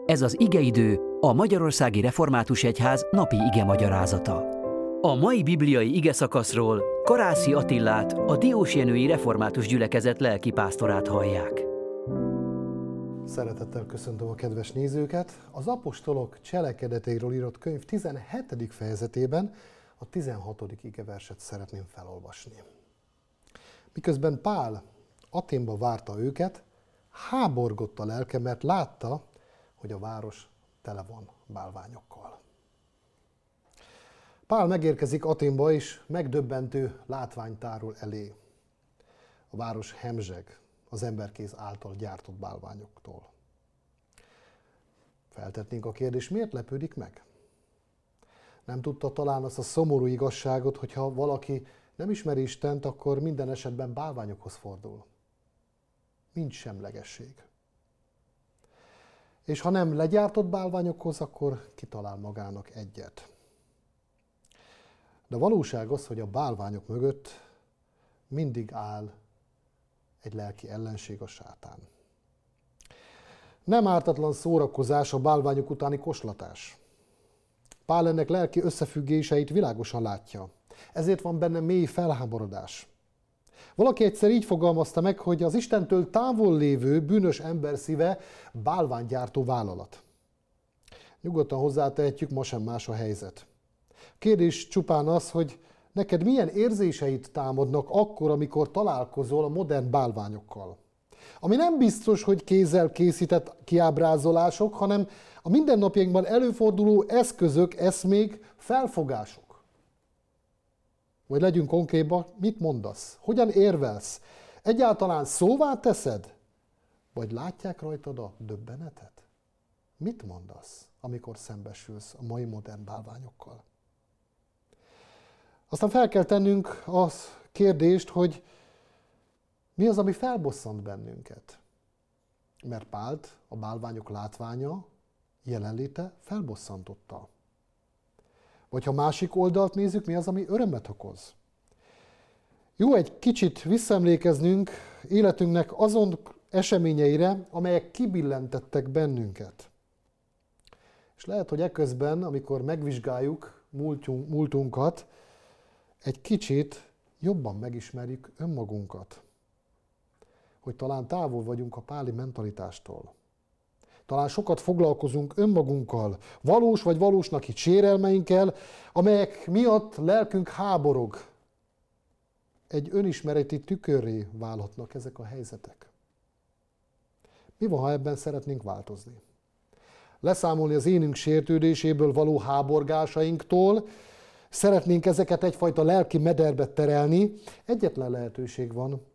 Ez az igeidő, a Magyarországi Református Egyház napi igemagyarázata. A mai bibliai igeszakaszról Karászi Attillát, a Diósjenői Református Gyülekezet lelkipásztorát hallják. Szeretettel köszöntöm a kedves nézőket! Az apostolok cselekedeteiről írott könyv 17. fejezetében a 16. igeverset szeretném felolvasni. Miközben Pál Athénba várta őket, háborgott a lelke, mert látta, hogy a város tele van bálványokkal. Pál megérkezik Athénba, és megdöbbentő látvány tárul elé. A város hemzseg az emberkéz által gyártott bálványoktól. Feltetnénk a kérdést, miért lepődik meg? Nem tudta talán azt a szomorú igazságot, hogyha valaki nem ismeri Istent, akkor minden esetben bálványokhoz fordul. Nincs semlegesség. És ha nem legyártott bálványokhoz, akkor kitalál magának egyet. De a valóság az, hogy a bálványok mögött mindig áll egy lelki ellenség, a sátán. Nem ártatlan szórakozás a bálványok utáni koslatás. Pál ennek lelki összefüggéseit világosan látja. Ezért van benne mély felháborodás. Valaki egyszer így fogalmazta meg, hogy az Istentől távol lévő bűnös ember szíve bálványgyártó vállalat. Nyugodtan hozzátehetjük, ma sem más a helyzet. A kérdés csupán az, hogy neked milyen érzéseit támadnak akkor, amikor találkozol a modern bálványokkal. Ami nem biztos, hogy kézzel készített kiábrázolások, hanem a mindennapjainkban előforduló eszközök, eszmék, felfogások. Vagy legyünk konkrétban, mit mondasz? Hogyan érvelsz? Egyáltalán szóvá teszed? Vagy látják rajtad a döbbenetet? Mit mondasz, amikor szembesülsz a mai modern bálványokkal? Aztán fel kell tennünk a kérdést, hogy mi az, ami felbosszant bennünket. Mert Pált a bálványok látványa, jelenléte felbosszantotta. Vagy ha másik oldalt nézzük, mi az, ami örömet okoz. Jó egy kicsit visszaemlékeznünk életünknek azon eseményeire, amelyek kibillentettek bennünket. És lehet, hogy eközben, amikor megvizsgáljuk múltunkat, egy kicsit jobban megismerjük önmagunkat. Hogy talán távol vagyunk a páli mentalitástól. Talán sokat foglalkozunk önmagunkkal, valós vagy valósnak itt sérelmeinkkel, amelyek miatt lelkünk háborog. Egy önismereti tükörré válhatnak ezek a helyzetek. Mi van, ha ebben szeretnénk változni? Leszámolni az énünk sértődéséből való háborgásainktól, szeretnénk ezeket egyfajta lelki mederbe terelni. Egyetlen lehetőség van,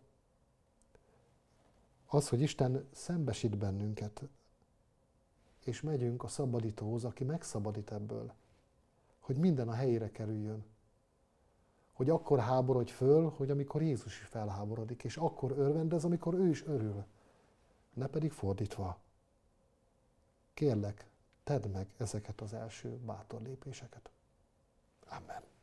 az, hogy Isten szembesít bennünket, és megyünk a szabadítóhoz, aki megszabadít ebből, hogy minden a helyére kerüljön. Hogy akkor háborodj föl, hogy amikor Jézus is felháborodik, és akkor örvendez, amikor ő is örül. Ne pedig fordítva. Kérlek, tedd meg ezeket az első bátor lépéseket. Amen.